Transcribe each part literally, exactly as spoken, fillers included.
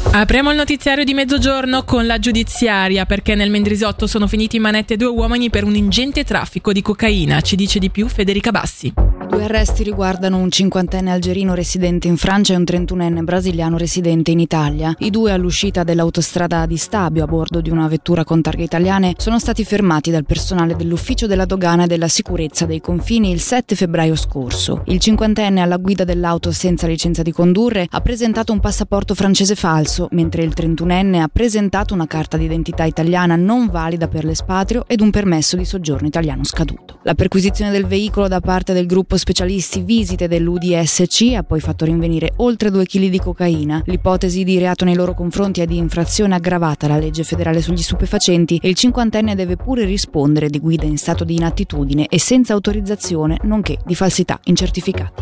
Apriamo il notiziario di mezzogiorno con la giudiziaria, perché nel Mendrisiotto sono finiti in manette due uomini per un ingente traffico di cocaina. Ci dice di più Federica Bassi. Due arresti riguardano un cinquantenne algerino residente in Francia e un trentunenne brasiliano residente in Italia. I due, all'uscita dell'autostrada di Stabio a bordo di una vettura con targhe italiane, sono stati fermati dal personale dell'Ufficio della Dogana e della Sicurezza dei Confini il sette febbraio scorso. Il cinquantenne, alla guida dell'auto senza licenza di condurre, ha presentato un passaporto francese falso, mentre il trentunenne ha presentato una carta d'identità italiana non valida per l'espatrio ed un permesso di soggiorno italiano scaduto. La perquisizione del veicolo da parte del gruppo specialisti visite dell'U D S C ha poi fatto rinvenire oltre due chili di cocaina. L'ipotesi di reato nei loro confronti è di infrazione aggravata alla legge federale sugli stupefacenti e il cinquantenne deve pure rispondere di guida in stato di inattitudine e senza autorizzazione, nonché di falsità in certificati.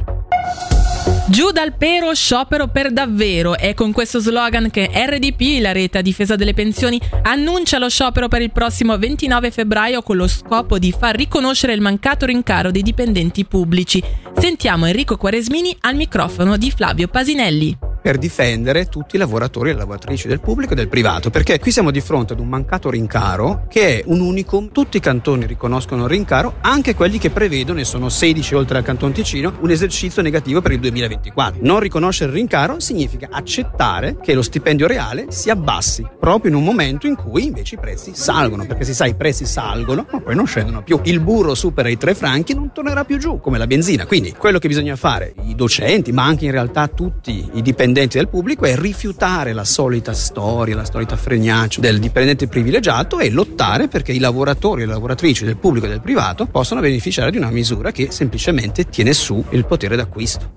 Giù dal pero, sciopero per davvero. È con questo slogan che R D P, la rete a difesa delle pensioni, annuncia lo sciopero per il prossimo ventinove febbraio con lo scopo di far riconoscere il mancato rincaro dei dipendenti pubblici. Sentiamo Enrico Quaresmini al microfono di Flavio Pasinelli. Per difendere tutti i lavoratori e le lavoratrici del pubblico e del privato, perché qui siamo di fronte ad un mancato rincaro che è un unicum. Tutti i cantoni riconoscono il rincaro, anche quelli che prevedono, e sono sedici oltre al Canton Ticino, un esercizio negativo per il duemilaventiquattro. Non riconoscere il rincaro significa accettare che lo stipendio reale si abbassi, proprio in un momento in cui invece i prezzi salgono, perché si sa i prezzi salgono ma poi non scendono più. Il burro supera i tre franchi, non tornerà più giù come la benzina. Quindi quello che bisogna fare, i docenti ma anche in realtà tutti i dipendenti del pubblico, è rifiutare la solita storia, la solita fregnaccia del dipendente privilegiato e lottare perché i lavoratori e le lavoratrici del pubblico e del privato possano beneficiare di una misura che semplicemente tiene su il potere d'acquisto.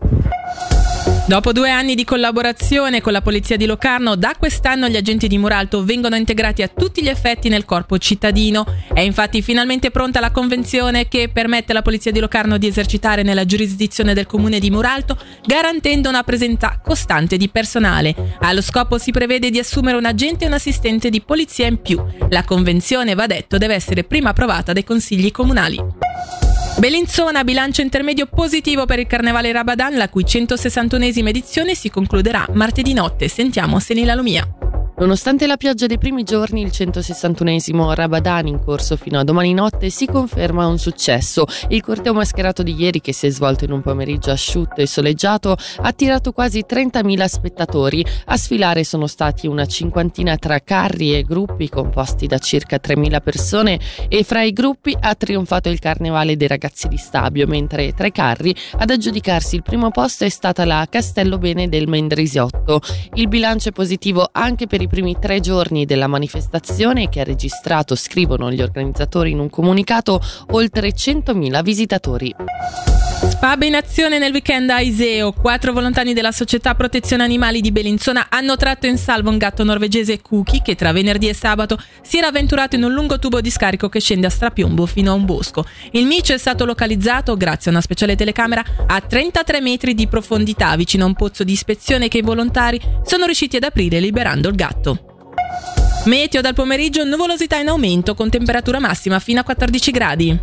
Dopo due anni di collaborazione con la Polizia di Locarno, da quest'anno gli agenti di Muralto vengono integrati a tutti gli effetti nel corpo cittadino. È infatti finalmente pronta la convenzione che permette alla Polizia di Locarno di esercitare nella giurisdizione del comune di Muralto, garantendo una presenza costante di personale. Allo scopo si prevede di assumere un agente e un assistente di polizia in più. La convenzione, va detto, deve essere prima approvata dai consigli comunali. Bellinzona, bilancio intermedio positivo per il Carnevale Rabadan, la cui centosessantunesima edizione si concluderà martedì notte. Sentiamo Senila Lumia. Nonostante la pioggia dei primi giorni, il centosessantunesimo Rabadan, in corso fino a domani notte, si conferma un successo. Il corteo mascherato di ieri, che si è svolto in un pomeriggio asciutto e soleggiato, ha attirato quasi trentamila spettatori. A sfilare sono stati una cinquantina tra carri e gruppi composti da circa tremila persone, e fra i gruppi ha trionfato il Carnevale dei ragazzi di Stabio, mentre tra i carri ad aggiudicarsi il primo posto è stata la Castellobene del Mendrisiotto. Il bilancio è positivo anche per i primi tre giorni della manifestazione, che ha registrato, scrivono gli organizzatori in un comunicato, oltre centomila visitatori. Spab in azione nel weekend a Iseo. Quattro volontari della Società Protezione Animali di Bellinzona hanno tratto in salvo un gatto norvegese Cookie che tra venerdì e sabato si era avventurato in un lungo tubo di scarico che scende a strapiombo fino a un bosco. Il micio è stato localizzato grazie a una speciale telecamera a trentatré metri di profondità vicino a un pozzo di ispezione che i volontari sono riusciti ad aprire liberando il gatto. Meteo dal pomeriggio, nuvolosità in aumento con temperatura massima fino a quattordici gradi.